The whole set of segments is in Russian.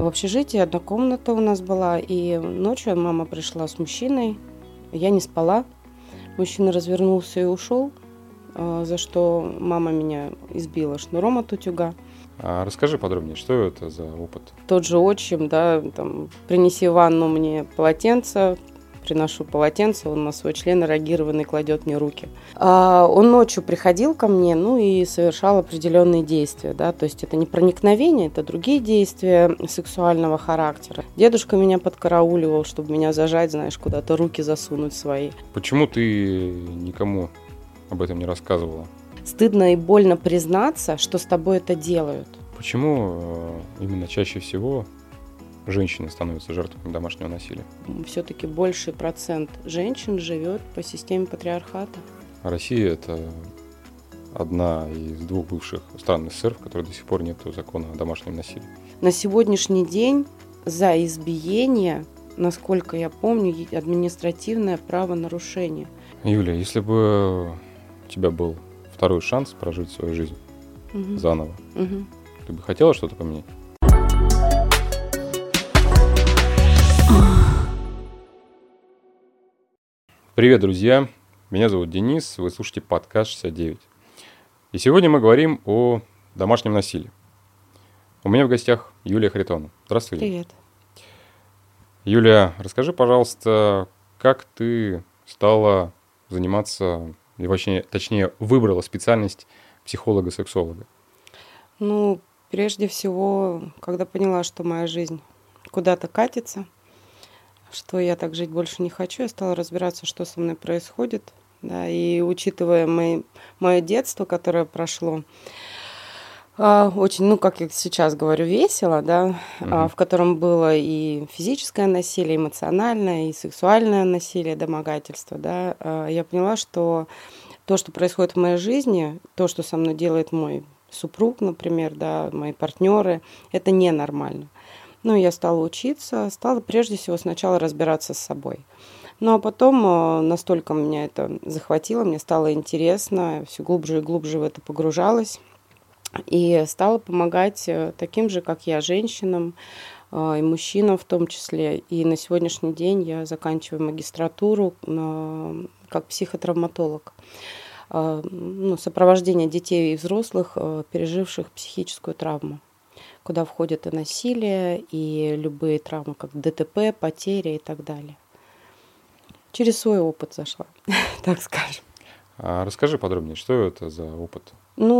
В общежитии одна комната у нас была, и ночью мама пришла с мужчиной. Я не спала. Мужчина развернулся и ушел, за что мама меня избила шнуром от утюга. Расскажи подробнее, что это за опыт? Тот же отчим, да, там, принеси в ванну мне полотенце, приношу полотенце, он на свой член эрогированный кладет мне руки. Он ночью приходил ко мне, и совершал определенные действия, да, то есть это не проникновение, это другие действия сексуального характера. Дедушка меня подкарауливал, чтобы меня зажать, знаешь, куда-то руки засунуть свои. Почему ты никому об этом не рассказывала? Стыдно и больно признаться, что с тобой это делают. Почему именно чаще всего женщины становятся жертвами домашнего насилия? Все-таки больший процент женщин живет по системе патриархата. Россия – это одна из двух бывших стран СССР, в которой до сих пор нет закона о домашнем насилии. На сегодняшний день за избиение, насколько я помню, административное правонарушение. Юля, если бы у тебя был второй шанс прожить свою жизнь заново, ты бы хотела что-то поменять? Привет, друзья! Меня зовут Денис, вы слушаете подкаст 69. И сегодня мы говорим о домашнем насилии. У меня в гостях Юлия Харитонова. Здравствуй. Привет. Юля, расскажи, пожалуйста, как ты стала заниматься, и точнее выбрала специальность психолога-сексолога? Прежде всего, когда поняла, что моя жизнь куда-то катится, что я так жить больше не хочу, я стала разбираться, что со мной происходит. Да, и учитывая мое детство, которое прошло, очень, как я сейчас говорю, весело, да, в котором было и физическое насилие, эмоциональное, и сексуальное насилие, домогательство, да, я поняла, что то, что происходит в моей жизни, то, что со мной делает мой супруг, например, да, мои партнеры, это ненормально. Я стала учиться, стала прежде всего сначала разбираться с собой. А потом настолько меня это захватило, мне стало интересно, все глубже и глубже в это погружалась. И стала помогать таким же, как я, женщинам и мужчинам в том числе. И на сегодняшний день я заканчиваю магистратуру как психотравматолог. Сопровождение детей и взрослых, переживших психическую травму, куда входит и насилие, и любые травмы, как ДТП, потери и так далее. Через свой опыт зашла, так скажем. Расскажи подробнее, что это за опыт?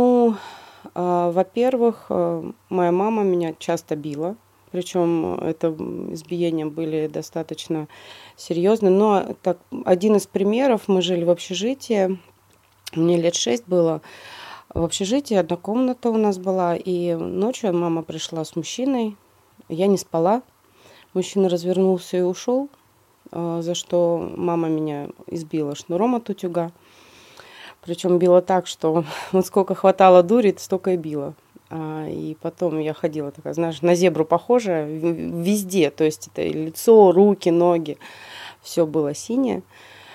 Во-первых, моя мама меня часто била, причем это избиения были достаточно серьезные. Но так, один из примеров, мы жили в общежитии, мне лет 6 было. В общежитии одна комната у нас была, и ночью мама пришла с мужчиной, я не спала. Мужчина развернулся и ушел, за что мама меня избила шнуром от утюга. Причем била так, что вот сколько хватало дури, столько и била. И потом я ходила такая, знаешь, на зебру похожая везде. То есть это и лицо, руки, ноги. Все было синее.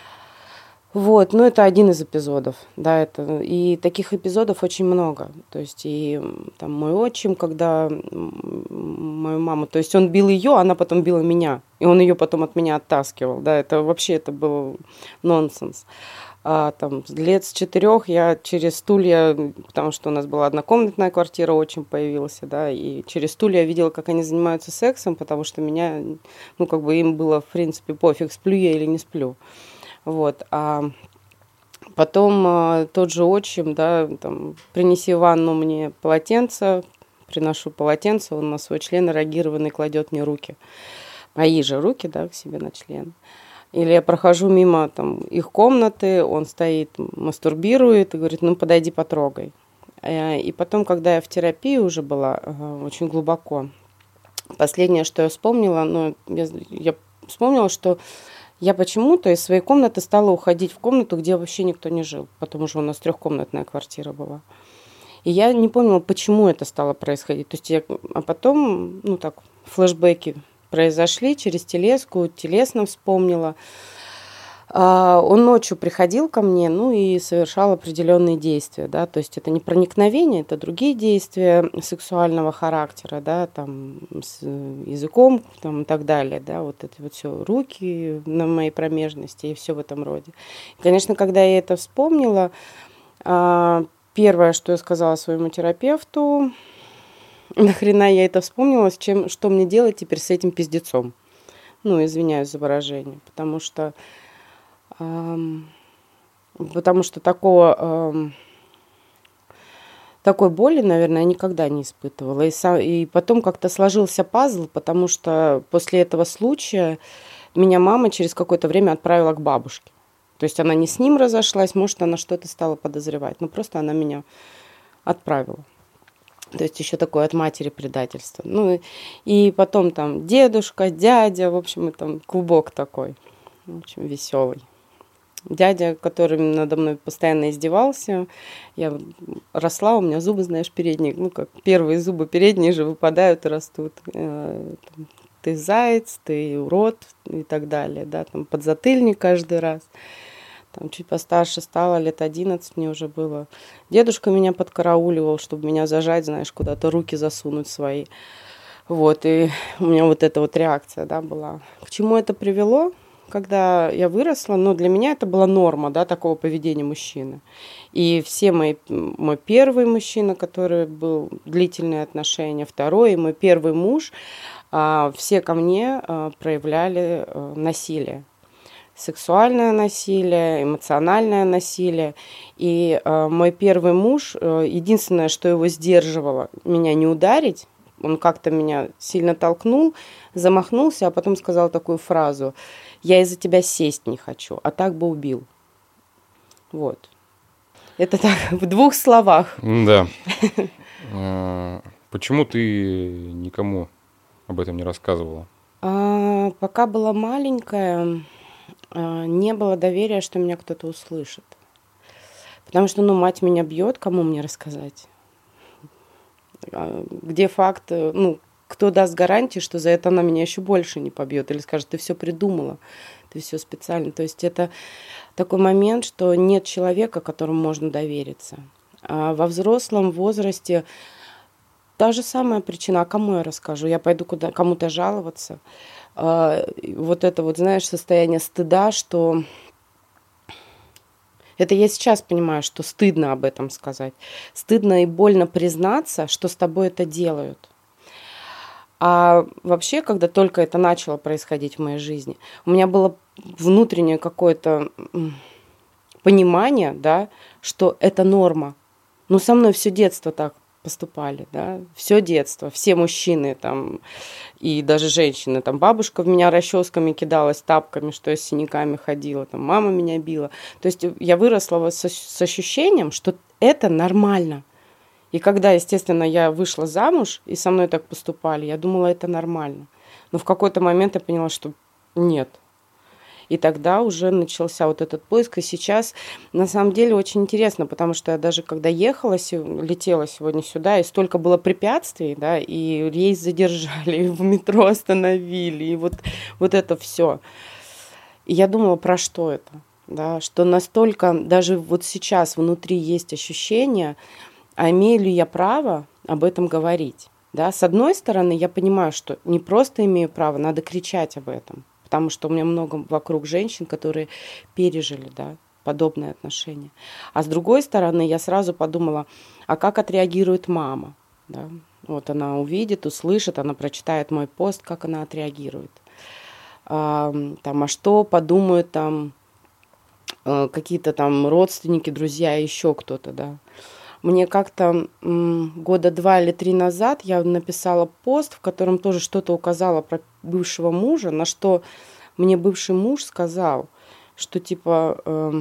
Это один из эпизодов, да, и таких эпизодов очень много. То есть и там мой отчим, когда мою маму, то есть он бил ее, она потом била меня, и он ее потом от меня оттаскивал, да, это был нонсенс. Там лет с 4 я через стулья, потому что у нас была однокомнатная квартира, отчим появился, да, и через стулья я видела, как они занимаются сексом, потому что меня, им было, в принципе, пофиг, сплю я или не сплю. А потом тот же отчим, да, там, принеси в ванну мне полотенце, приношу полотенце, он на свой член эрогированный кладет мне руки, мои же руки, да, к себе на член. Или я прохожу мимо там, их комнаты, он стоит, мастурбирует и говорит, подойди, потрогай. И потом, когда я в терапии уже была очень глубоко, последнее, что я вспомнила, я вспомнила, что я почему-то из своей комнаты стала уходить в комнату, где вообще никто не жил, потому что у нас 3-комнатная квартира была. И я не помнила, почему это стало происходить. То есть а потом, флешбеки произошли через телеску, телесно вспомнила. Он ночью приходил ко мне, ну и совершал определенные действия, да, то есть это не проникновение, это другие действия сексуального характера, да, там с языком там, и так далее, да, вот это вот все, руки на моей промежности и все в этом роде. И, конечно, когда я это вспомнила, первое, что я сказала своему терапевту, нахрена я это вспомнила, что мне делать теперь с этим пиздецом? Ну, извиняюсь за выражение, потому что такой боли, наверное, я никогда не испытывала. И потом как-то сложился пазл, потому что после этого случая меня мама через какое-то время отправила к бабушке. То есть она не с ним разошлась, может, она что-то стала подозревать, но просто она меня отправила. То есть еще такое от матери предательство. Ну и потом там дедушка, дядя, в общем, там клубок такой, в общем, веселый. Дядя, который надо мной постоянно издевался. Я росла, у меня зубы, знаешь, передние, ну как первые зубы передние же выпадают и растут. Ты заяц, ты урод и так далее, да, там подзатыльник каждый раз. Там чуть постарше стала, лет 11 мне уже было. Дедушка меня подкарауливал, чтобы меня зажать, знаешь, куда-то руки засунуть свои. Вот, и у меня вот эта вот реакция, да, была. К чему это привело? Когда я выросла, ну, для меня это была норма, да, такого поведения мужчины. И мой первый мужчина, который был длительные отношения, второй, и мой первый муж, все ко мне проявляли насилие. Сексуальное насилие, эмоциональное насилие. И мой первый муж, единственное, что его сдерживало, меня не ударить, он как-то меня сильно толкнул, замахнулся, а потом сказал такую фразу: «Я из-за тебя сесть не хочу, а так бы убил». Вот. Это так, в двух словах. Да. Почему ты никому об этом не рассказывала? Пока была маленькая, не было доверия, что меня кто-то услышит. Потому что, мать меня бьет, кому мне рассказать? Где факт, кто даст гарантии, что за это она меня еще больше не побьет или скажет: ты все придумала, ты все специально. То есть это такой момент, что нет человека, которому можно довериться. А во взрослом возрасте та же самая причина. А кому я расскажу? Я пойду кому-то жаловаться. Вот это вот, знаешь, состояние стыда, что... Это я сейчас понимаю, что стыдно об этом сказать. Стыдно и больно признаться, что с тобой это делают. А вообще, когда только это начало происходить в моей жизни, у меня было внутреннее какое-то понимание, да, что это норма. Со мной все детство так поступали, да, все детство, все мужчины там и даже женщины, там бабушка в меня расческами кидалась, тапками, что я с синяками ходила, там мама меня била. То есть я выросла с ощущением, что это нормально. И когда, естественно, я вышла замуж, и со мной так поступали, я думала, это нормально. Но в какой-то момент я поняла, что нет. И тогда уже начался вот этот поиск. И сейчас, на самом деле, очень интересно, потому что я даже когда летела сегодня сюда, и столько было препятствий, да, и рейс задержали, и в метро остановили, и вот это все. И я думала, про что это, да, что настолько, даже вот сейчас внутри есть ощущение, а имею ли я право об этом говорить? Да? С одной стороны, я понимаю, что не просто имею право, надо кричать об этом. Потому что у меня много вокруг женщин, которые пережили, да, подобные отношения. А с другой стороны, я сразу подумала, а как отреагирует мама? Да? Вот она увидит, услышит, она прочитает мой пост, как она отреагирует. А что подумают там какие-то там родственники, друзья, еще кто-то, да. Мне как-то 2 года или 3 назад я написала пост, в котором тоже что-то указала про бывшего мужа, на что мне бывший муж сказал, что типа,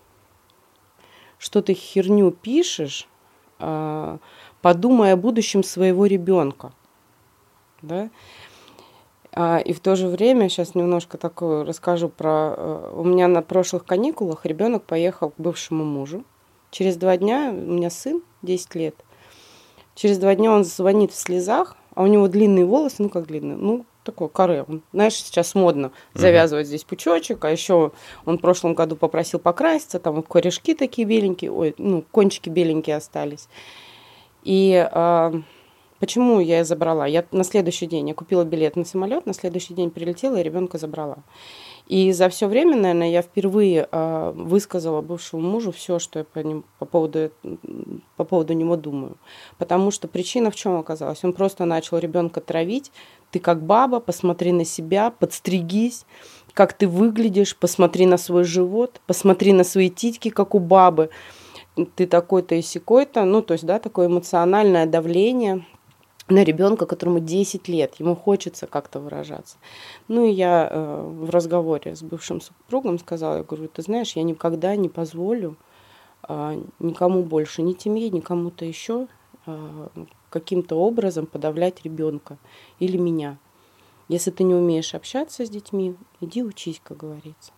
что ты херню пишешь, подумай о будущем своего ребенка. Да? И в то же время, сейчас немножко такое расскажу про... У меня на прошлых каникулах ребенок поехал к бывшему мужу. Через 2 дня, у меня сын, 10 лет, через 2 дня он звонит в слезах, а у него длинные волосы, как длинные, такое каре. Знаешь, сейчас модно завязывать здесь пучочек, а еще он в прошлом году попросил покраситься, там корешки такие беленькие, кончики беленькие остались. И почему я ее забрала? Я на следующий день, я купила билет на самолет, на следующий день прилетела и ребенка забрала. И за все время, наверное, я впервые высказала бывшему мужу все, что я по поводу него думаю. Потому что причина в чем оказалась? Он просто начал ребенка травить. Ты как баба, посмотри на себя, подстригись, как ты выглядишь, посмотри на свой живот, посмотри на свои титьки, как у бабы. Ты такой-то и сякой-то. То есть, да, такое эмоциональное давление на ребенка, которому 10 лет, ему хочется как-то выражаться. И я в разговоре с бывшим супругом сказала, я говорю, ты знаешь, я никогда не позволю никому больше, ни тебе, ни кому-то еще каким-то образом подавлять ребенка или меня. Если ты не умеешь общаться с детьми, иди учись, как говорится.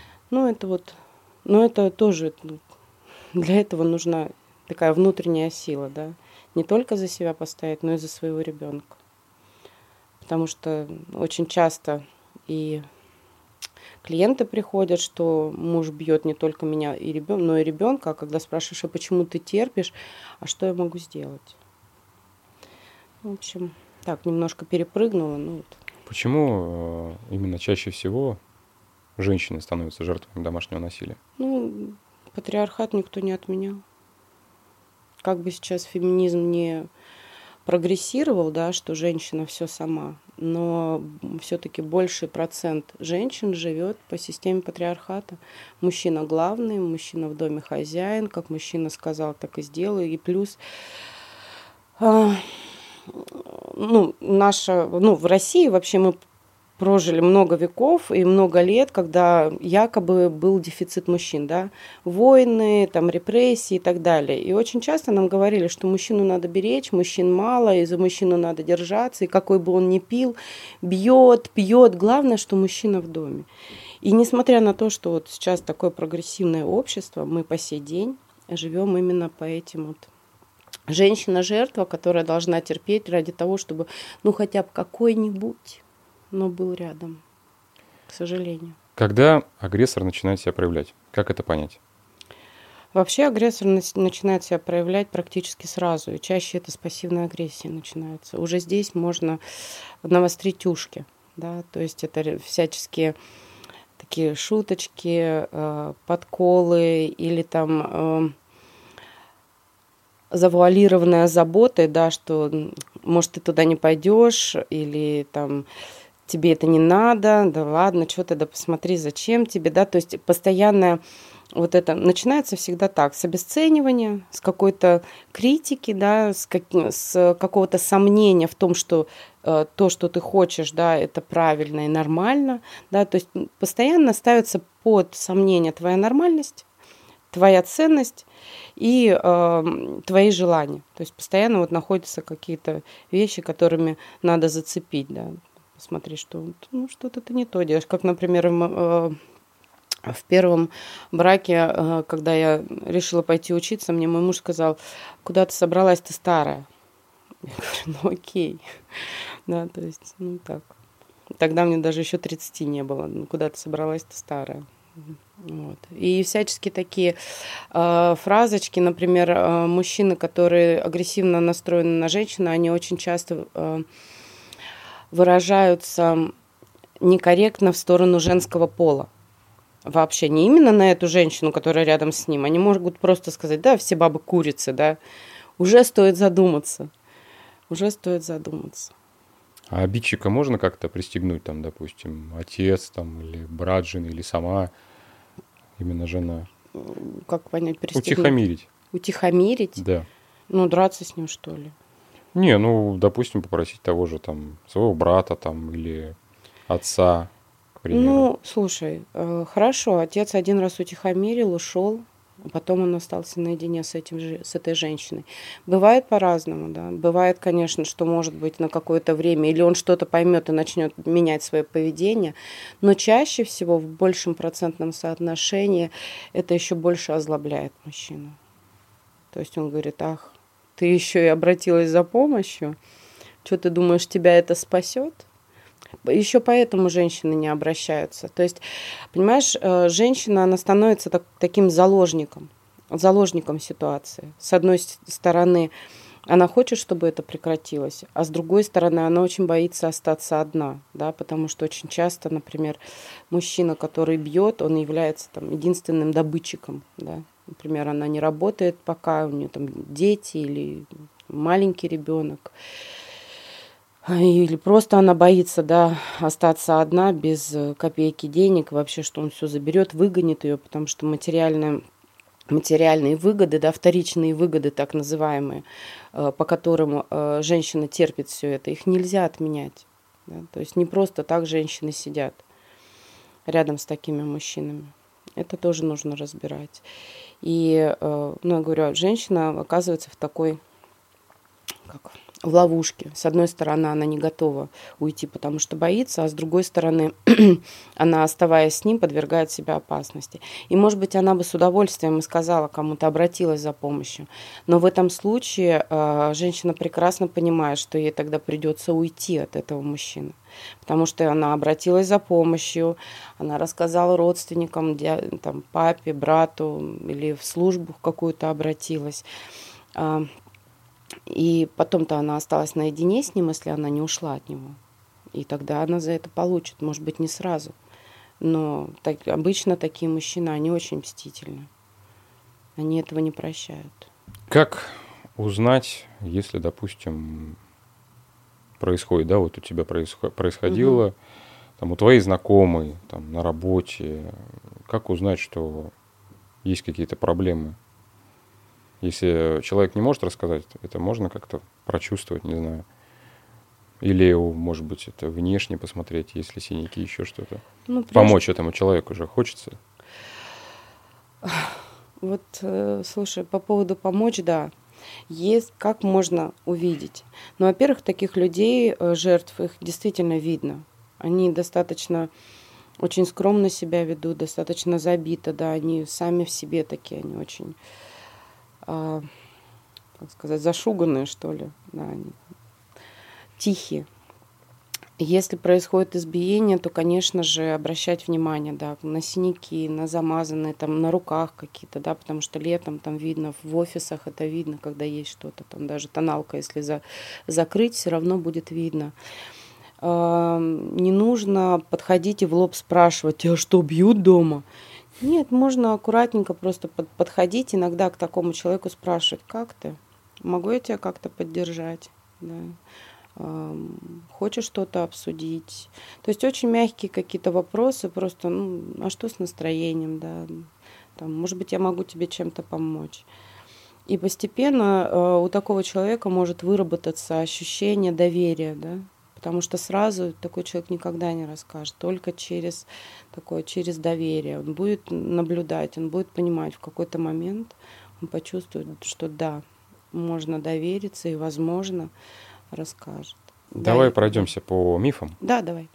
Это тоже, для этого нужна такая внутренняя сила, да, не только за себя постоять, но и за своего ребенка. Потому что очень часто и клиенты приходят, что муж бьет не только меня, но и ребенка, а когда спрашиваешь, а почему ты терпишь, а что я могу сделать? В общем, так, немножко перепрыгнула. Почему именно чаще всего женщины становятся жертвами домашнего насилия? Патриархат никто не отменял. Как бы сейчас феминизм не прогрессировал, да, что женщина все сама, но все-таки больший процент женщин живет по системе патриархата. Мужчина главный, мужчина в доме хозяин, как мужчина сказал, так и сделаю. И плюс в России вообще мы прожили много веков и много лет, когда якобы был дефицит мужчин, да, войны, там, репрессии и так далее. И очень часто нам говорили, что мужчину надо беречь, мужчин мало, и за мужчину надо держаться, и какой бы он ни пил, бьет, пьет, главное, что мужчина в доме. И несмотря на то, что вот сейчас такое прогрессивное общество, мы по сей день живем именно по этим вот. Женщина-жертва, которая должна терпеть ради того, чтобы, хотя бы какой-нибудь, но был рядом, к сожалению. Когда агрессор начинает себя проявлять? Как это понять? Вообще агрессор начинает себя проявлять практически сразу, и чаще это с пассивной агрессией начинается. Уже здесь можно навострить ушки, да, то есть это всяческие такие шуточки, подколы или там завуалированная заботой, да, что, может, ты туда не пойдешь, или там тебе это не надо, да ладно, что ты, да посмотри, зачем тебе, да, то есть постоянное вот это начинается всегда так, с обесценивания, с какой-то критики, да, с какого-то сомнения в том, что то, что ты хочешь, да, это правильно и нормально, да, то есть постоянно ставится под сомнение твоя нормальность, твоя ценность и твои желания, то есть постоянно вот находятся какие-то вещи, которыми надо зацепить, да. Смотри, что что-то ты не то делаешь. Как, например, в первом браке, когда я решила пойти учиться, мне мой муж сказал, куда ты собралась, ты старая. Я говорю, окей. Да, то есть, так. Тогда мне даже еще 30 не было. Куда ты собралась, ты старая. Вот. И всяческие такие фразочки, например, мужчины, которые агрессивно настроены на женщину, они очень часто выражаются некорректно в сторону женского пола. Вообще не именно на эту женщину, которая рядом с ним. Они могут просто сказать, да, все бабы курицы, да. Уже стоит задуматься. А обидчика можно как-то пристегнуть, там, допустим, отец там, или брат жены, или сама именно жена? Как понять пристегнуть? Утихомирить. Утихомирить? Да. Драться с ним, что ли? Не, допустим, попросить того же там своего брата там или отца, к примеру. Слушай, хорошо, отец один раз утихомирил, ушел, а потом он остался наедине с этой женщиной. Бывает по-разному, да. Бывает, конечно, что может быть на какое-то время, или он что-то поймет и начнет менять свое поведение, но чаще всего в большем процентном соотношении это еще больше озлобляет мужчину. То есть он говорит, ах, ты еще и обратилась за помощью? Что ты думаешь, тебя это спасет? Еще поэтому женщины не обращаются. То есть, понимаешь, женщина, она становится таким заложником ситуации. С одной стороны, она хочет, чтобы это прекратилось, а с другой стороны, она очень боится остаться одна, да, потому что очень часто, например, мужчина, который бьет, он является там единственным добытчиком, да. Например, она не работает пока, у нее там дети или маленький ребенок. Или просто она боится, да, остаться одна без копейки денег, вообще, что он все заберет, выгонит ее, потому что материальные выгоды, да, вторичные выгоды, так называемые, по которым женщина терпит все это, их нельзя отменять. Да? То есть не просто так женщины сидят рядом с такими мужчинами. Это тоже нужно разбирать. И, ну, я говорю, женщина оказывается в такой, в ловушке. С одной стороны, она не готова уйти, потому что боится, а с другой стороны, она, оставаясь с ним, подвергает себя опасности. И, может быть, она бы с удовольствием и сказала кому-то, обратилась за помощью. Но в этом случае женщина прекрасно понимает, что ей тогда придется уйти от этого мужчины. Потому что она обратилась за помощью, она рассказала родственникам, там, папе, брату или в службу какую-то обратилась. И потом-то она осталась наедине с ним, если она не ушла от него. И тогда она за это получит, может быть, не сразу. Но обычно такие мужчины, они очень мстительны. Они этого не прощают. Как узнать, если, допустим, происходит, да, вот у тебя происходило, там, у твоей знакомой, там, на работе, как узнать, что есть какие-то проблемы? Если человек не может рассказать, это можно как-то прочувствовать, не знаю. Или, может быть, это внешне посмотреть, если синяки, еще что-то. Ну, помочь этому человеку же хочется. Вот, слушай, по поводу помочь, да. Есть, как можно увидеть. Ну, во-первых, таких людей, жертв, их действительно видно. Они достаточно очень скромно себя ведут, достаточно забито, да, они сами в себе такие, они очень... как сказать, зашуганные, что ли, да, они тихие. Если происходит избиение, то, конечно же, обращать внимание, да, на синяки, на замазанные, там, на руках какие-то, да, потому что летом там видно, в офисах это видно, когда есть что-то, там даже тоналка, если закрыть, все равно будет видно. Не нужно подходить и в лоб спрашивать, тебя что, бьют дома? Нет, можно аккуратненько просто подходить иногда к такому человеку, спрашивать, как ты? Могу я тебя как-то поддержать? Да. Хочешь что-то обсудить? То есть очень мягкие какие-то вопросы, просто, ну, а что с настроением? Да? Там, может быть, я могу тебе чем-то помочь. И постепенно у такого человека может выработаться ощущение доверия, да? Потому что сразу такой человек никогда не расскажет, только через доверие. Он будет наблюдать, он будет понимать, в какой-то момент он почувствует, что да, можно довериться и, возможно, расскажет. Давай пройдемся по мифам. Да, давай.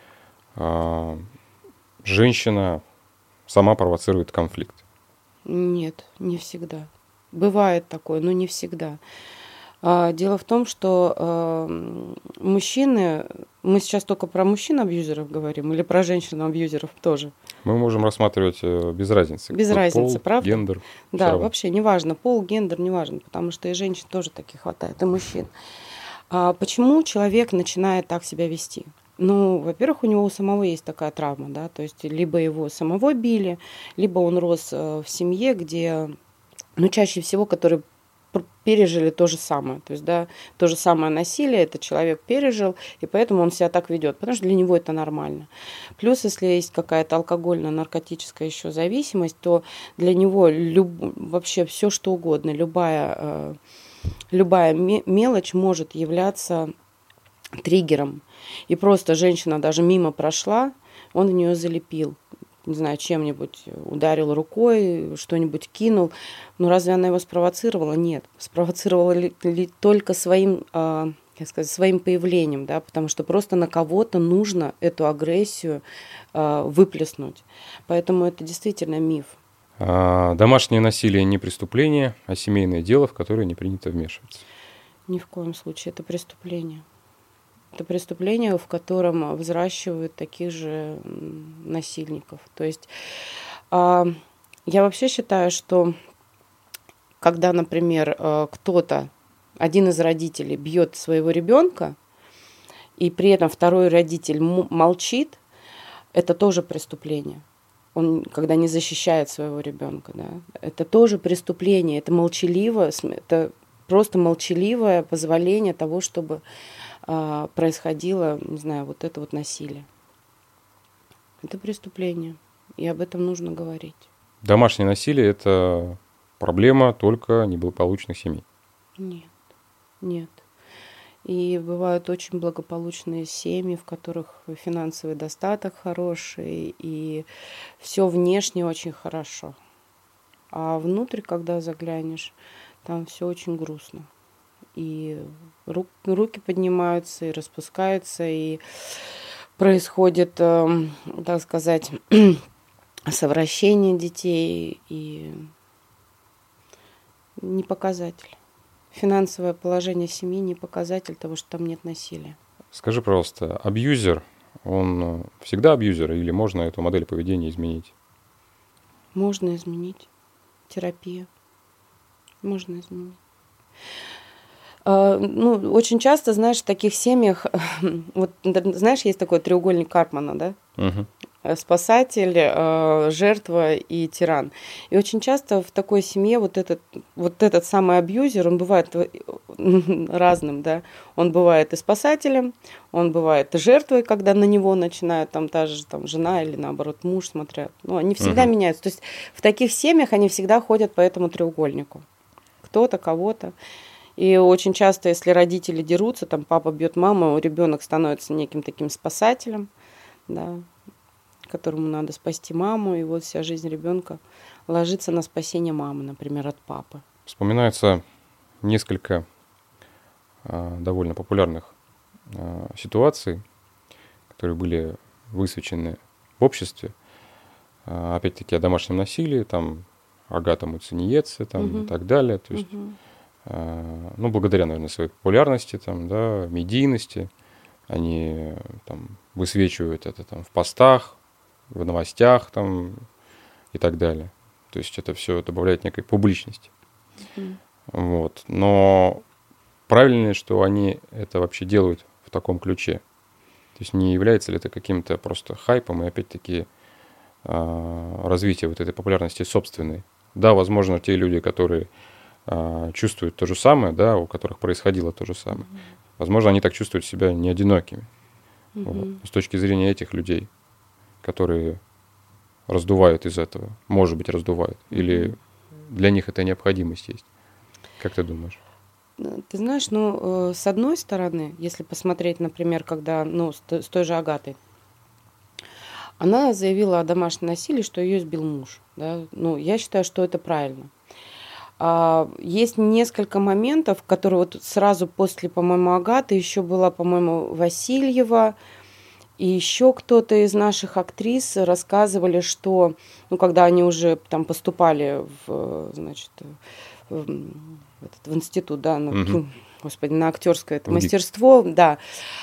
Женщина сама провоцирует конфликт. Нет, не всегда. Бывает такое, но не всегда. Дело в том, что мужчины, мы сейчас только про мужчин-абьюзеров говорим или про женщин-абьюзеров тоже? Мы можем рассматривать без разницы. Без разницы, пол, правда? Гендер. Да, вообще неважно, пол, гендер, неважно, потому что и женщин тоже таких хватает, и мужчин. Почему человек начинает так себя вести? Ну, во-первых, у него у самого есть такая травма, да, то есть либо его самого били, либо он рос в семье, где, ну, чаще всего, которые пережили то же самое. То есть, да, то же самое насилие этот человек пережил, и поэтому он себя так ведет, потому что для него это нормально. Плюс, если есть какая-то алкогольная, наркотическая еще зависимость, то для него вообще все что угодно, любая мелочь может являться триггером. И просто женщина даже мимо прошла, он в нее залепил. Не знаю, чем-нибудь ударил рукой, что-нибудь кинул. Но разве она его спровоцировала? Нет. Спровоцировала ли только своим появлением, да, потому что просто на кого-то нужно эту агрессию выплеснуть. Поэтому это действительно миф. Домашнее насилие не преступление, а семейное дело, в которое не принято вмешиваться. Ни в коем случае это преступление. Это преступление, в котором взращивают таких же насильников. То есть я вообще считаю, что когда, например, кто-то, один из родителей бьет своего ребенка, и при этом второй родитель молчит, это тоже преступление. Он, когда не защищает своего ребенка, да, это тоже преступление. Это молчаливое, это просто молчаливое позволение того, чтобы происходило, не знаю, вот это вот насилие. Это преступление, и об этом нужно говорить. Домашнее насилие – это проблема только неблагополучных семей? Нет. И бывают очень благополучные семьи, в которых финансовый достаток хороший, и все внешне очень хорошо. А внутрь, когда заглянешь, там все очень грустно. И руки поднимаются, и распускаются, и происходит, так сказать, совращение детей, и не показатель. Финансовое положение семьи не показатель того, что там нет насилия. Скажи, пожалуйста, абьюзер, он всегда абьюзер или можно эту модель поведения изменить? Можно изменить. Терапия. Можно изменить. Очень часто, знаешь, в таких семьях, вот, знаешь, есть такой треугольник Карпмана, да? Угу. Спасатель, жертва и тиран. И очень часто в такой семье вот этот самый абьюзер, он бывает разным, да. Он бывает и спасателем, он бывает и жертвой, когда на него начинают там та же там, жена или наоборот муж смотрят. Ну, они всегда меняются. То есть в таких семьях они всегда ходят по этому треугольнику. Кто-то, кого-то. И очень часто, если родители дерутся, там папа бьет маму, ребенок становится неким таким спасателем, да, которому надо спасти маму, и вот вся жизнь ребенка ложится на спасение мамы, например, от папы. Вспоминается несколько довольно популярных ситуаций, которые были высвечены в обществе, опять-таки о домашнем насилии, там Агата Муцениеце, там и так далее, то есть, благодаря, наверное, своей популярности, там, да, медийности, они там высвечивают это там в постах, в новостях там и так далее. То есть это все добавляет некой публичности. Вот. Но правильно ли, что они это вообще делают в таком ключе? То есть не является ли это каким-то просто хайпом и опять-таки развитие вот этой популярности собственной? Да, возможно, те люди, которые чувствуют то же самое, да, у которых происходило то же самое, возможно, они так чувствуют себя не одинокими. Вот. С точки зрения этих людей, которые раздувают из этого, может быть, раздувают, или для них это необходимость есть? Как ты думаешь? Ты знаешь, с одной стороны, если посмотреть, например, когда, с той же Агатой, она заявила о домашнем насилии, что ее избил муж. Да? Я считаю, что это правильно. Есть несколько моментов, которые вот сразу после, по-моему, Агаты еще была, по-моему, Васильева, и еще кто-то из наших актрис рассказывали, что, когда они уже там поступали в институт, да, на актерское мастерство, да,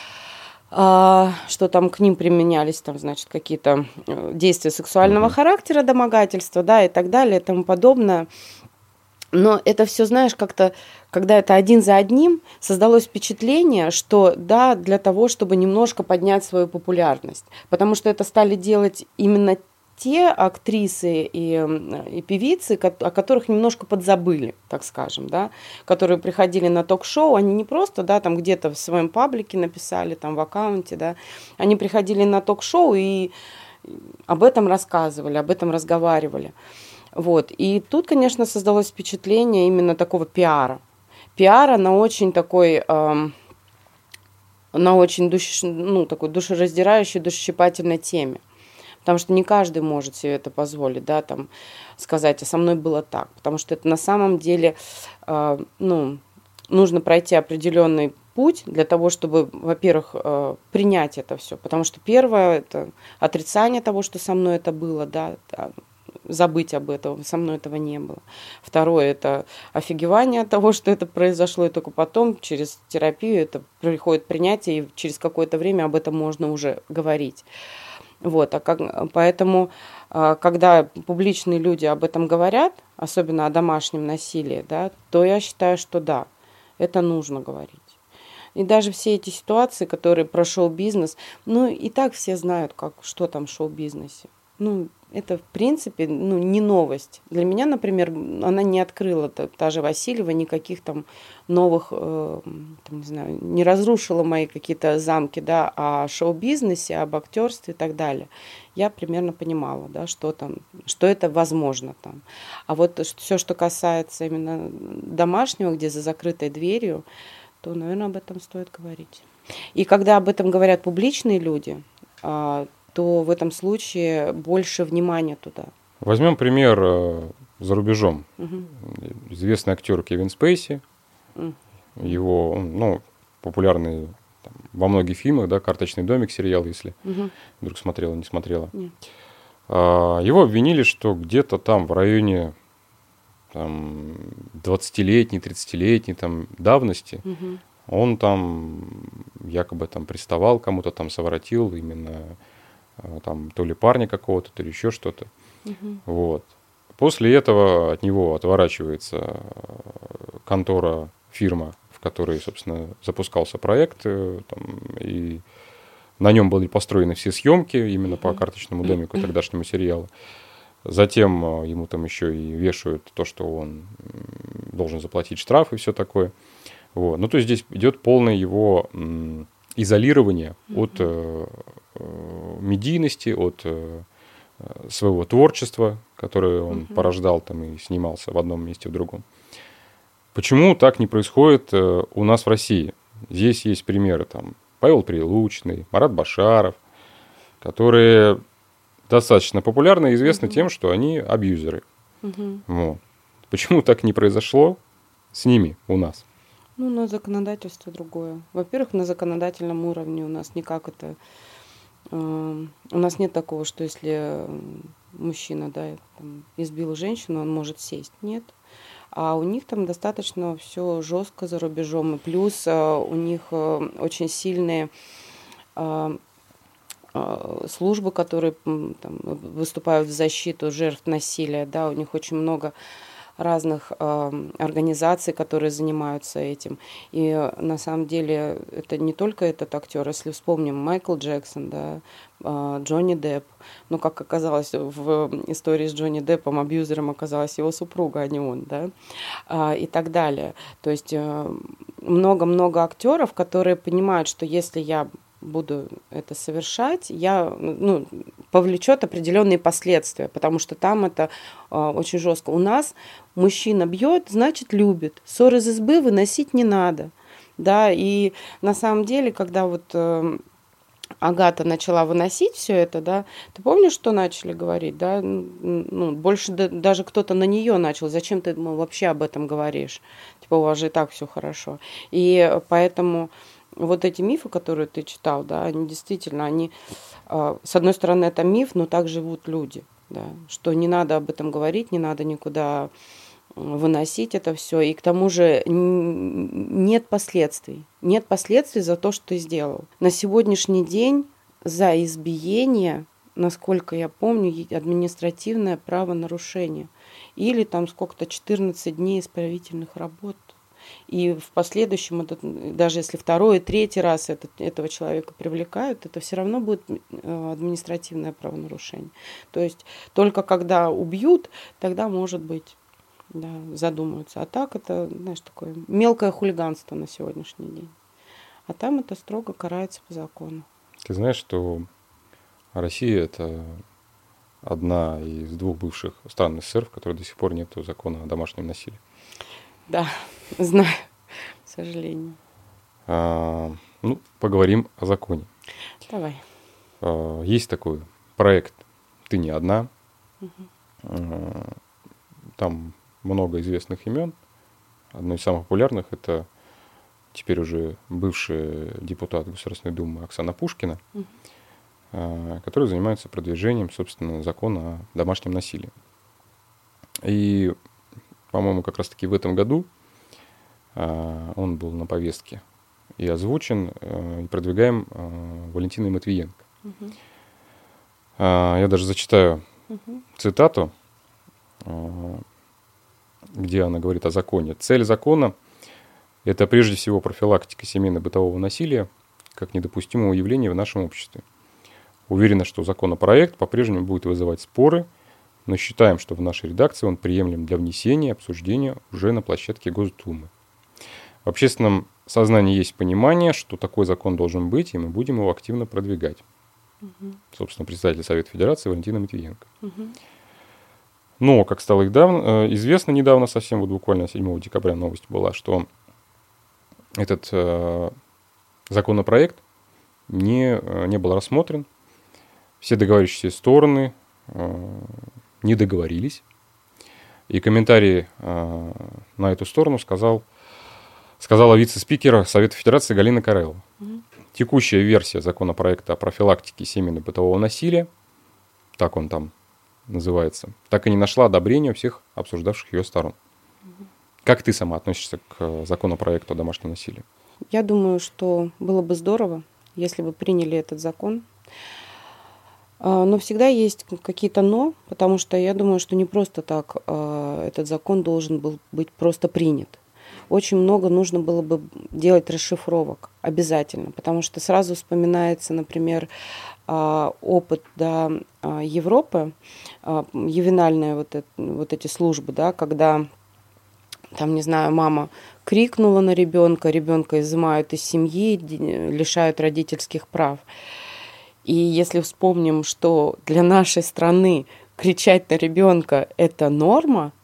что там к ним применялись, там, значит, какие-то действия сексуального характера, домогательства, да, и так далее, и тому подобное. Но это все, знаешь, как-то, когда это один за одним, создалось впечатление, что да, для того, чтобы немножко поднять свою популярность. Потому что это стали делать именно те актрисы и певицы, о которых немножко подзабыли, так скажем, да, которые приходили на ток-шоу, они не просто, да, там где-то в своем паблике написали, там в аккаунте, да, они приходили на ток-шоу и об этом рассказывали, об этом разговаривали. Вот. И тут, конечно, создалось впечатление именно такого пиара. Пиара на очень такой, такой душераздирающей, душещипательной теме. Потому что не каждый может себе это позволить, да, там, сказать, а со мной было так. Потому что это на самом деле, нужно пройти определенный путь для того, чтобы, во-первых, принять это все. Потому что первое – это отрицание того, что со мной это было, да, забыть об этом, со мной этого не было. Второе, это офигевание от того, что это произошло, и только потом через терапию это приходит принятие, и через какое-то время об этом можно уже говорить. Вот, поэтому, когда публичные люди об этом говорят, особенно о домашнем насилии, да, то я считаю, что да, это нужно говорить. И даже все эти ситуации, которые про шоу-бизнес, ну, и так все знают, что там в шоу-бизнесе. Ну, это, в принципе, ну, не новость. Для меня, например, она не открыла, та же Васильева, никаких там новых, там, не знаю, не разрушила мои какие-то замки, да, о шоу-бизнесе, об актерстве и так далее. Я примерно понимала, да, что там, что это возможно там. А вот все, что касается именно домашнего, где за закрытой дверью, то, наверное, об этом стоит говорить. И когда об этом говорят публичные люди, то в этом случае больше внимания туда. Возьмем пример за рубежом. Известный актер Кевин Спейси, его, ну, популярный там, во многих фильмах, да, «Карточный домик», сериал, если вдруг смотрела, не смотрела. Нет. Его обвинили, что где-то там в районе там, 20-летней, 30-летней там, давности он там якобы там приставал кому-то, там совратил именно там то ли парня какого-то, то ли еще что-то. Вот. После этого от него отворачивается контора, фирма, в которой, собственно, запускался проект, там, и на нем были построены все съемки именно по «Карточному домику», тогдашнему сериалу. Затем ему там еще и вешают то, что он должен заплатить штраф и все такое. Вот. Ну, то есть здесь идет полное его изолирование от медийности, от своего творчества, которое он порождал там и снимался в одном месте, в другом. Почему так не происходит у нас в России? Здесь есть примеры там Павел Прилучный, Марат Башаров, которые достаточно популярны и известны тем, что они абьюзеры. Вот. Почему так не произошло с ними у нас? Ну, на законодательство другое. Во-первых, на законодательном уровне у нас никак это... У нас нет такого, что если мужчина, да, там, избил женщину, он может сесть. Нет. А у них там достаточно все жестко за рубежом. И плюс у них очень сильные службы, которые там, выступают в защиту жертв насилия. Да, у них очень много разных организаций, которые занимаются этим. И на самом деле это не только этот актер. Если вспомним Майкл Джексон, да, Джонни Депп. Но, как оказалось, в истории с Джонни Деппом абьюзером оказалась его супруга, а не он, да, и так далее. То есть много-много актеров, которые понимают, что если я буду это совершать, повлечет определенные последствия, потому что там это очень жестко. У нас мужчина бьет, значит любит. Ссор из избы выносить не надо. Да, и на самом деле, когда вот Агата начала выносить все это, да, ты помнишь, что начали говорить, да, ну, больше даже кто-то на нее начал, зачем ты вообще об этом говоришь, типа, у вас же и так все хорошо, и поэтому вот эти мифы, которые ты читал, да, они действительно, с одной стороны, это миф, но так живут люди, да, что не надо об этом говорить, не надо никуда выносить это все, и к тому же нет последствий за то, что ты сделал. На сегодняшний день за избиение, насколько я помню, административное правонарушение или там сколько-то 14 дней исправительных работ. И в последующем, даже если второй и третий раз этого человека привлекают, это все равно будет административное правонарушение. То есть только когда убьют, тогда, может быть, да, задумаются. А так это, знаешь, такое мелкое хулиганство на сегодняшний день. А там это строго карается по закону. Ты знаешь, что Россия – это одна из двух бывших стран СССР, в которой до сих пор нет закона о домашнем насилии. Да, знаю, к сожалению. Поговорим о законе. Давай. Есть такой проект «Ты не одна». Там много известных имен. Одно из самых популярных – это теперь уже бывший депутат Государственной Думы Оксана Пушкина, которая занимается продвижением, собственно, закона о домашнем насилии. И, по-моему, как раз-таки в этом году он был на повестке и озвучен, и продвигаем Валентиной Матвиенко. Я даже зачитаю цитату, где она говорит о законе. Цель закона – это прежде всего профилактика семейно-бытового насилия как недопустимого явления в нашем обществе. Уверена, что законопроект по-прежнему будет вызывать споры, но считаем, что в нашей редакции он приемлем для внесения и обсуждения уже на площадке Госдумы. В общественном сознании есть понимание, что такой закон должен быть, и мы будем его активно продвигать. Собственно, председатель Совета Федерации Валентина Матвиенко. Но, как стало известно недавно, совсем вот буквально 7 декабря новость была, что этот законопроект не был рассмотрен. Все договорившиеся стороны не договорились. И комментарий на эту сторону сказала вице-спикер Совета Федерации Галина Караева. Текущая версия законопроекта о профилактике семейно-бытового насилия, так он там называется, так и не нашла одобрения у всех обсуждавших ее сторон. Как ты сама относишься к законопроекту о домашнем насилии? Я думаю, что было бы здорово, если бы приняли этот закон. Но всегда есть какие-то «но», потому что я думаю, что не просто так этот закон должен был быть просто принят. Очень много нужно было бы делать расшифровок обязательно, потому что сразу вспоминается, например, опыт Европы, ювенальные вот эти службы, да, когда, там, не знаю, мама крикнула на ребенка, ребенка изымают из семьи, лишают родительских прав. И если вспомним, что для нашей страны кричать на ребенка – это норма,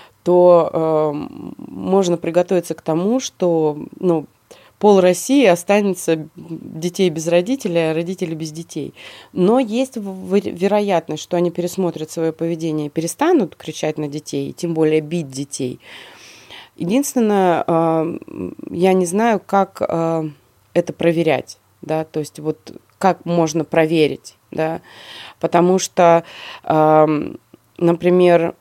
то можно приготовиться к тому, что пол России останется детей без родителей, а родители без детей. Но есть вероятность, что они пересмотрят свое поведение и перестанут кричать на детей, и тем более бить детей. Единственное, я не знаю, как это проверять, да, то есть вот как можно проверить, да, потому что, например,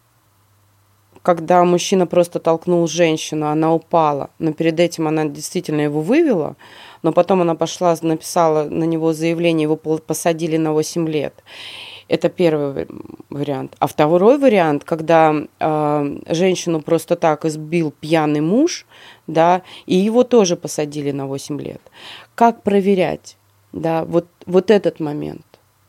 когда мужчина просто толкнул женщину, она упала, но перед этим она действительно его вывела, но потом она пошла, написала на него заявление, его посадили на 8 лет. Это первый вариант. А второй вариант, когда женщину просто так избил пьяный муж, да, и его тоже посадили на 8 лет. Как проверять? Да, вот этот момент.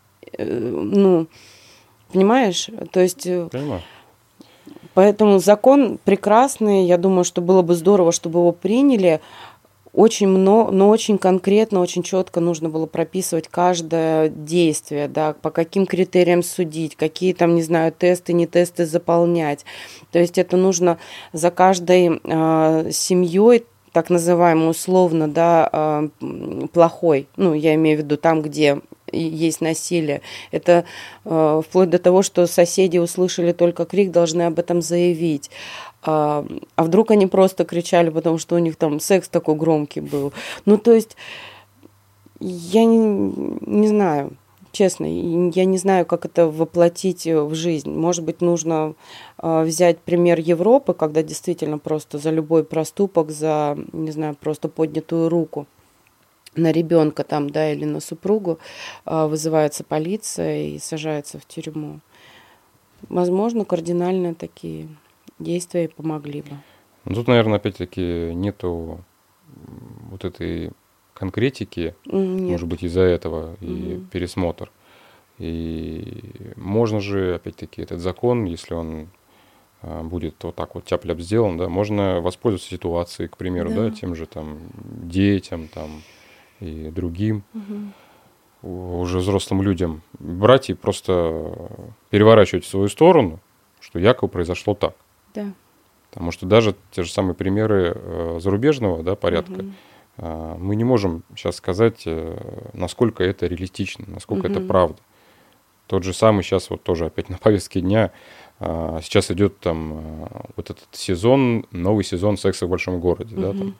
Понимаешь? То есть... Понимаю. Поэтому закон прекрасный. Я думаю, что было бы здорово, чтобы его приняли. Очень много, но очень конкретно, очень четко нужно было прописывать каждое действие, да, по каким критериям судить, какие там, не знаю, тесты, не тесты заполнять. То есть это нужно за каждой семьей, так называемой условно, да, плохой, я имею в виду там, где есть насилие. Это вплоть до того, что соседи услышали только крик, должны об этом заявить. А вдруг они просто кричали, потому что у них там секс такой громкий был. То есть я не знаю, честно, я не знаю, как это воплотить в жизнь. Может быть, нужно взять пример Европы, когда действительно просто за любой проступок, за, не знаю, просто поднятую руку на ребенка там, да, или на супругу вызывается полиция и сажается в тюрьму. Возможно, кардинально такие действия и помогли бы. Тут, наверное, опять-таки нету вот этой конкретики, Нет. может быть, из-за этого и пересмотр. И можно же, опять-таки, этот закон, если он будет вот так вот тяп-ляп сделан, да, можно воспользоваться ситуацией, к примеру, да, тем же там детям там и другим уже взрослым людям брать и просто переворачивать в свою сторону, что якобы произошло так. Да. Потому что даже те же самые примеры зарубежного, да, порядка, мы не можем сейчас сказать, насколько это реалистично, насколько это правда. Тот же самый сейчас вот тоже опять на повестке дня сейчас идет там вот этот сезон, новый сезон «Секса в большом городе», да, там.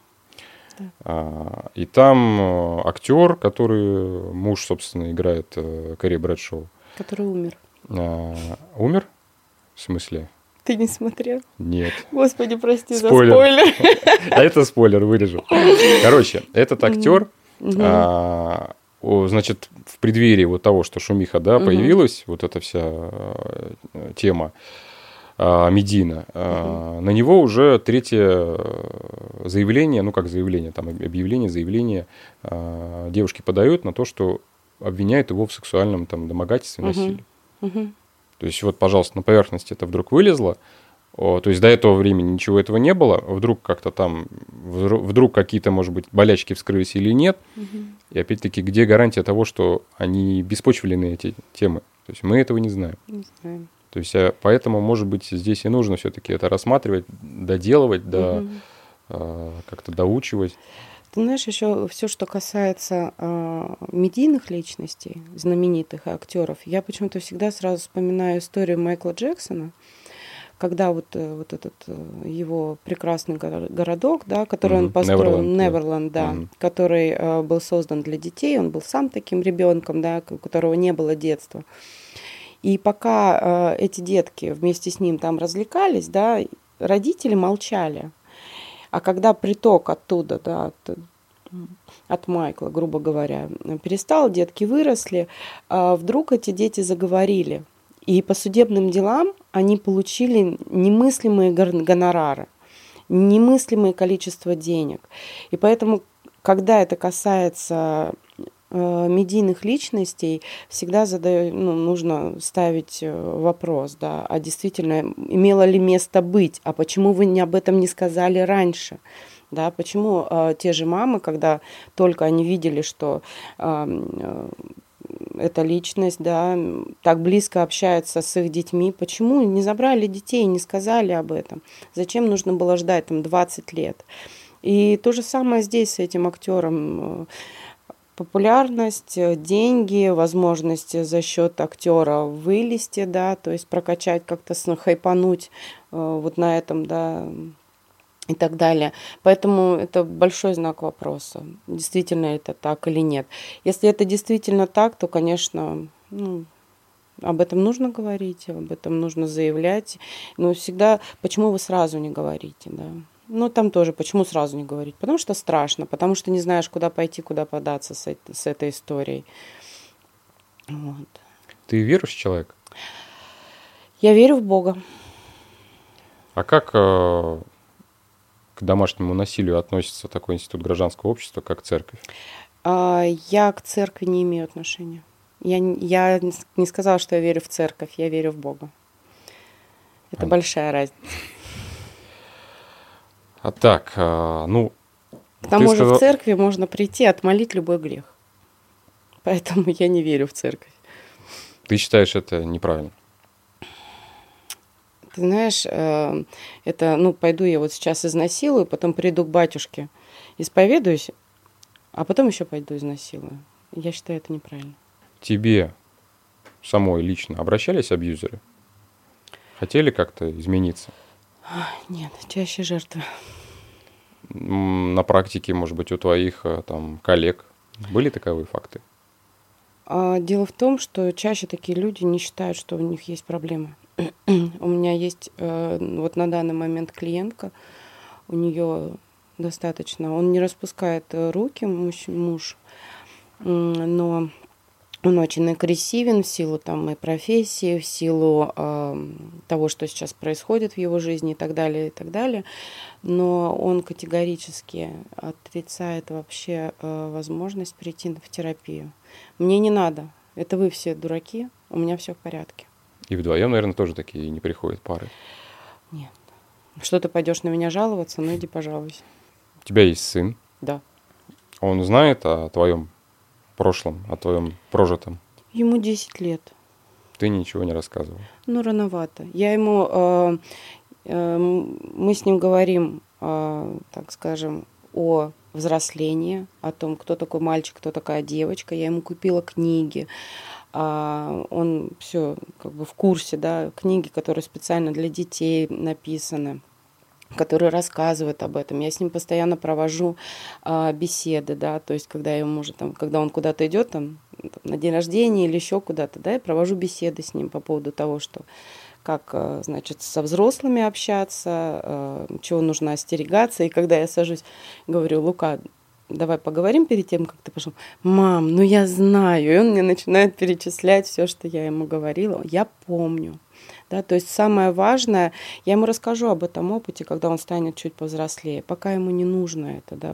И там актер, который муж, собственно, играет Кэрри Брэдшоу. Который умер. Умер? В смысле? Ты не смотрел? Нет. Господи, прости Спойлер. за спойлер. А это спойлер, вырежу. Короче, этот актер, значит, в преддверии вот того, что шумиха, да, появилась, вот эта вся тема медийна, на него уже третье заявление, ну как заявление, там объявление, заявление девушки подают на то, что обвиняют его в сексуальном там домогательстве, насилии. То есть вот, пожалуйста, на поверхности это вдруг вылезло. То есть до этого времени ничего этого не было. Вдруг как-то там, вдруг какие-то, может быть, болячки вскрылись или нет. И опять-таки, где гарантия того, что они беспочвенны, эти темы? То есть мы этого не знаем. Не знаю. То есть поэтому, может быть, здесь и нужно все-таки это рассматривать, доделывать, как-то доучивать. Ты знаешь, еще все, что касается медийных личностей, знаменитых актеров, я почему-то всегда сразу вспоминаю историю Майкла Джексона, когда вот этот его прекрасный городок, да, который он построил, Неверленд, да, который был создан для детей, он был сам таким ребенком, да, у которого не было детства. И пока эти детки вместе с ним там развлекались, да, родители молчали. А когда приток оттуда, да, от Майкла, грубо говоря, перестал, детки выросли, вдруг эти дети заговорили. И по судебным делам они получили немыслимые гонорары, немыслимое количество денег. И поэтому, когда это касается медийных личностей, всегда нужно ставить вопрос, да, а действительно имело ли место быть, а почему вы об этом не сказали раньше? Да, почему те же мамы, когда только они видели, что эта личность, да, так близко общается с их детьми, почему не забрали детей, не сказали об этом? Зачем нужно было ждать там 20 лет? И то же самое здесь с этим актером. Популярность, деньги, возможность за счет актера вылезти, да, то есть прокачать, как-то хайпануть вот на этом, да, и так далее. Поэтому это большой знак вопроса, действительно это так или нет. Если это действительно так, то, конечно, об этом нужно говорить, об этом нужно заявлять. Но всегда, почему вы сразу не говорите, да? Ну, там тоже, почему сразу не говорить? Потому что страшно, потому что не знаешь, куда пойти, куда податься с этой историей. Вот. Ты верующий человек? Я верю в Бога. А как к домашнему насилию относится такой институт гражданского общества, как церковь? Я к церкви не имею отношения. Я не сказала, что я верю в церковь, я верю в Бога. Это большая разница. К тому же в церкви можно прийти и отмолить любой грех. Поэтому я не верю в церковь. Ты считаешь это неправильно? Ты знаешь, это, пойду я вот сейчас изнасилую, потом приду к батюшке, исповедуюсь, а потом еще пойду изнасилую. Я считаю, это неправильно. Тебе самой лично обращались абьюзеры? Хотели как-то измениться? Нет, чаще жертвы. На практике, может быть, у твоих там коллег были таковые факты? Дело в том, что чаще такие люди не считают, что у них есть проблемы. У меня есть вот на данный момент клиентка, у нее достаточно, он не распускает руки, муж, но он очень агрессивен в силу там моей профессии, в силу того, что сейчас происходит в его жизни и так далее, и так далее. Но он категорически отрицает вообще возможность прийти в терапию. Мне не надо. Это вы все дураки, у меня все в порядке. И вдвоем, наверное, тоже такие не приходят пары. Нет. Что ты пойдешь на меня жаловаться? Ну иди пожалуйся. У тебя есть сын? Да. Он знает о твоем прошлом, о твоем прожитом? Ему 10 лет. Ты ничего не рассказывал? Рановато. Я ему... мы с ним говорим, так скажем, о взрослении, о том, кто такой мальчик, кто такая девочка. Я ему купила книги. Он все как бы в курсе, да, книги, которые специально для детей написаны, которые рассказывают об этом. Я с ним постоянно провожу беседы, да, то есть когда ему уже там, когда он куда-то идет там на день рождения или еще куда-то, да, я провожу беседы с ним по поводу того, что как, значит, со взрослыми общаться, чего нужно остерегаться. И когда я сажусь, говорю: Лука, давай поговорим перед тем, как ты пошел. Мам, ну я знаю. И он мне начинает перечислять все, что я ему говорила. Я помню. Да, то есть самое важное, я ему расскажу об этом опыте, когда он станет чуть повзрослее. Пока ему не нужно это, да,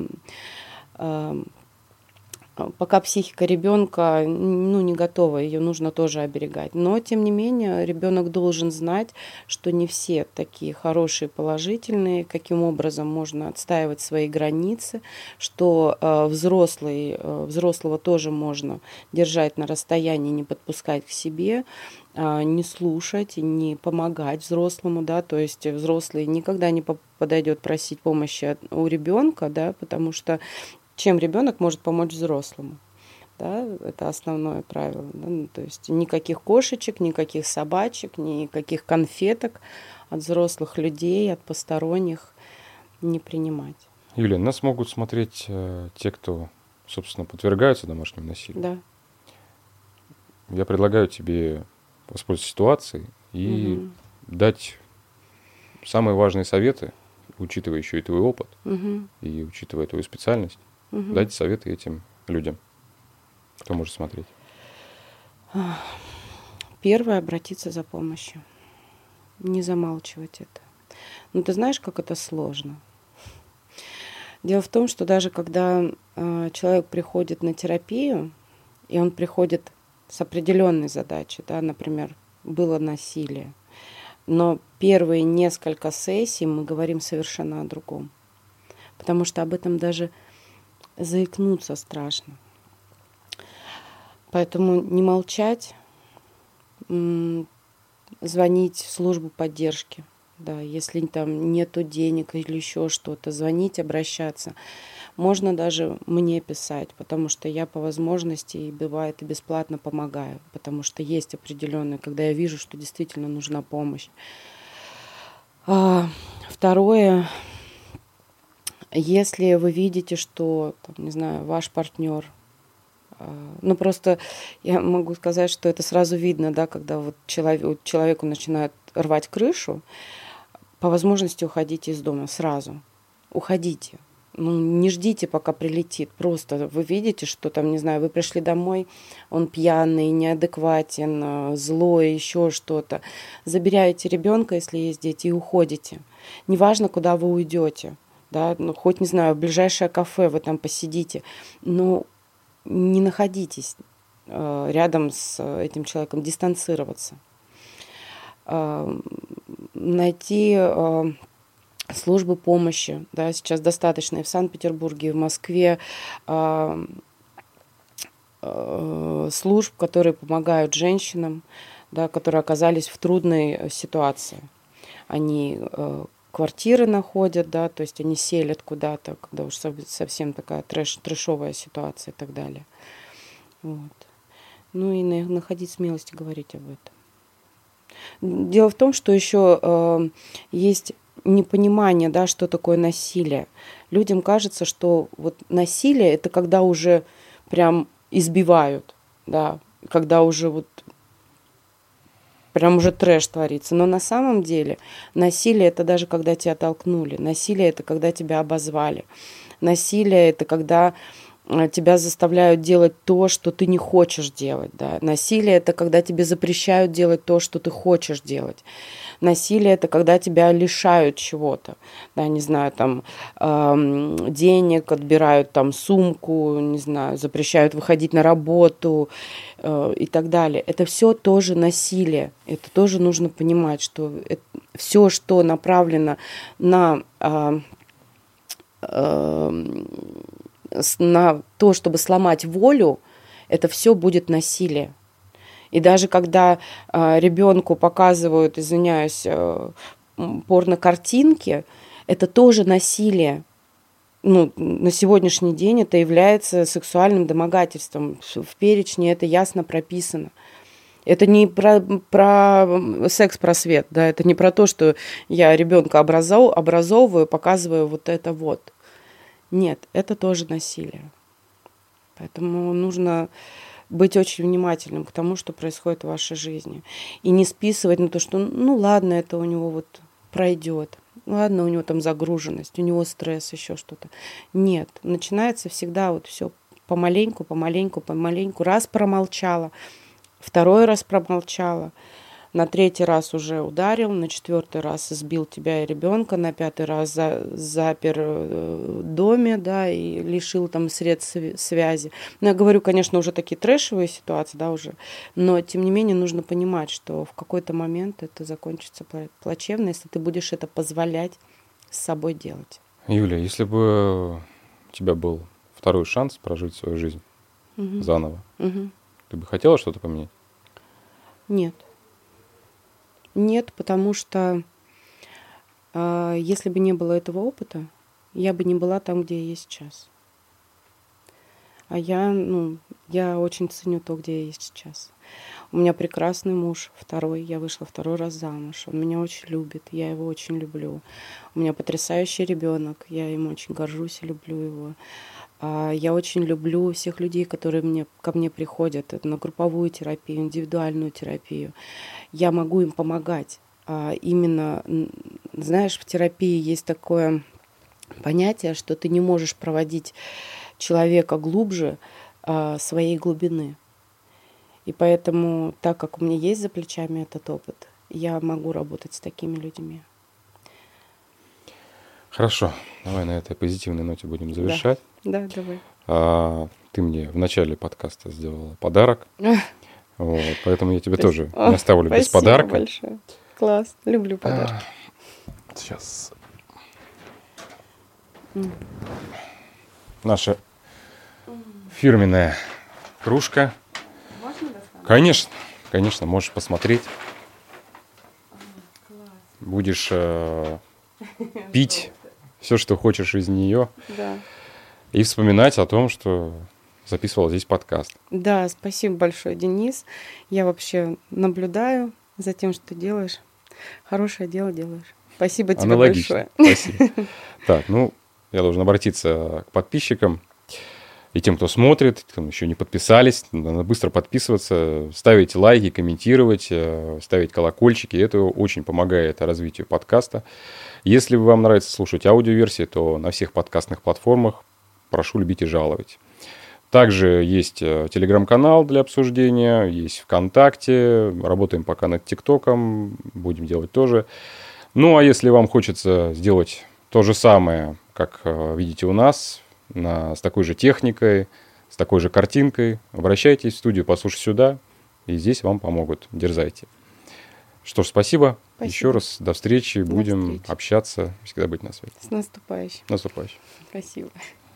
пока психика ребенка, ну, не готова, ее нужно тоже оберегать. Но, тем не менее, ребенок должен знать, что не все такие хорошие, положительные, каким образом можно отстаивать свои границы, что взрослого тоже можно держать на расстоянии, не подпускать к себе, не слушать, не помогать взрослому, да, то есть взрослый никогда не подойдет просить помощи у ребенка, да, потому что чем ребенок может помочь взрослому. Да, это основное правило. Да? Ну, то есть никаких кошечек, никаких собачек, никаких конфеток от взрослых людей, от посторонних не принимать. Юлия, нас могут смотреть те, кто, собственно, подвергаются домашнему насилию. Да. Я предлагаю тебе воспользоваться ситуацией и дать самые важные советы, учитывая еще и твой опыт, и учитывая твою специальность. Дайте советы этим людям, кто может смотреть. Первое — обратиться за помощью. Не замалчивать это. Но ты знаешь, как это сложно? Дело в том, что даже когда человек приходит на терапию, и он приходит с определенной задачей, да, например, было насилие, но первые несколько сессий мы говорим совершенно о другом. Потому что об этом даже заикнуться страшно. Поэтому не молчать, звонить в службу поддержки. Да, если там нету денег или еще что-то, звонить, обращаться. Можно даже мне писать, потому что я по возможности, и бывает, и бесплатно помогаю, потому что есть определенные, когда я вижу, что действительно нужна помощь. Второе, если вы видите, что, там, не знаю, ваш партнер, ну просто я могу сказать, что это сразу видно, да, когда вот человеку начинает рвать крышу, по возможности уходите из дома сразу, уходите. Ну, не ждите, пока прилетит. Просто вы видите, что там, не знаю, вы пришли домой, он пьяный, неадекватен, злой, еще что-то. Забираете ребенка, если есть дети, и уходите. Неважно, куда вы уйдете. Да, ну, хоть, не знаю, в ближайшее кафе вы там посидите, но не находитесь рядом с этим человеком, дистанцироваться. Найти службы помощи, да, сейчас достаточно и в Санкт-Петербурге, и в Москве служб, которые помогают женщинам, да, которые оказались в трудной ситуации. Они квартиры находят, да, то есть они селят куда-то, когда уж совсем такая трэшовая ситуация и так далее. Вот. Ну и находить смелость и говорить об этом. Дело в том, что еще есть непонимание, да, что такое насилие. Людям кажется, что вот насилие — это когда уже прям избивают, да, когда уже вот прям уже трэш творится. Но на самом деле насилие — это даже когда тебя толкнули. Насилие — это когда тебя обозвали. Насилие — это когда тебя заставляют делать то, что ты не хочешь делать. Да. Насилие — это когда тебе запрещают делать то, что ты хочешь делать. Насилие — это когда тебя лишают чего-то. Да, не знаю, там денег, отбирают там сумку, не знаю, запрещают выходить на работу и так далее. Это все тоже насилие. Это тоже нужно понимать, что все, что направлено на то, чтобы сломать волю, это все будет насилие. И даже когда ребенку показывают, извиняюсь, порнокартинки, это тоже насилие. Ну, на сегодняшний день это является сексуальным домогательством. В перечне это ясно прописано. Это не про секс-просвет, да, это не про то, что я ребенка образовываю, показываю вот это вот. Нет, это тоже насилие. Поэтому нужно быть очень внимательным к тому, что происходит в вашей жизни. И не списывать на то, что ну ладно, это у него вот пройдет. Ладно, у него там загруженность, у него стресс, еще что-то. Нет, начинается всегда вот все помаленьку, помаленьку, помаленьку. Раз промолчала, второй раз промолчала, на третий раз уже ударил, на четвертый раз избил тебя и ребенка, на пятый раз запер в доме, да, и лишил там средств связи. Ну, я говорю, конечно, уже такие трэшевые ситуации, да, уже, но тем не менее нужно понимать, что в какой-то момент это закончится плачевно, если ты будешь это позволять с собой делать. Юля, если бы у тебя был второй шанс прожить свою жизнь заново, ты бы хотела что-то поменять? Нет. Нет, потому что если бы не было этого опыта, я бы не была там, где я есть сейчас. А я очень ценю то, где я есть сейчас. У меня прекрасный муж, второй, я вышла второй раз замуж. Он меня очень любит, я его очень люблю. У меня потрясающий ребенок, я им очень горжусь и люблю его. Я очень люблю всех людей, которые ко мне приходят на групповую терапию, индивидуальную терапию. Я могу им помогать. Именно, знаешь, в терапии есть такое понятие, что ты не можешь проводить человека глубже своей глубины. И поэтому, так как у меня есть за плечами этот опыт, я могу работать с такими людьми. Хорошо, давай на этой позитивной ноте будем завершать. Да, давай. Ты мне в начале подкаста сделала подарок, вот, поэтому я тебе тоже не оставлю без подарка. Спасибо большое. Класс, люблю подарки. Сейчас. Наша фирменная кружка. Можно достану? Конечно, можешь посмотреть. Будешь пить все, что хочешь из нее. Да. И вспоминать о том, что записывала здесь подкаст. Да, спасибо большое, Денис. Я вообще наблюдаю за тем, что ты делаешь. Хорошее дело делаешь. Спасибо тебе большое. Спасибо. Так, я должен обратиться к подписчикам и тем, кто смотрит, кто еще не подписались. Надо быстро подписываться, ставить лайки, комментировать, ставить колокольчики. Это очень помогает развитию подкаста. Если вам нравится слушать аудиоверсии, то на всех подкастных платформах прошу любить и жаловать. Также есть телеграм-канал для обсуждения, есть ВКонтакте, работаем пока над ТикТоком, будем делать тоже. А если вам хочется сделать то же самое, как видите у нас, с такой же техникой, с такой же картинкой, обращайтесь в студию «Послушай сюда», и здесь вам помогут. Дерзайте. Что ж, спасибо. Еще раз до встречи. Будем общаться, всегда быть на связи. С наступающим. Наступающим. Спасибо.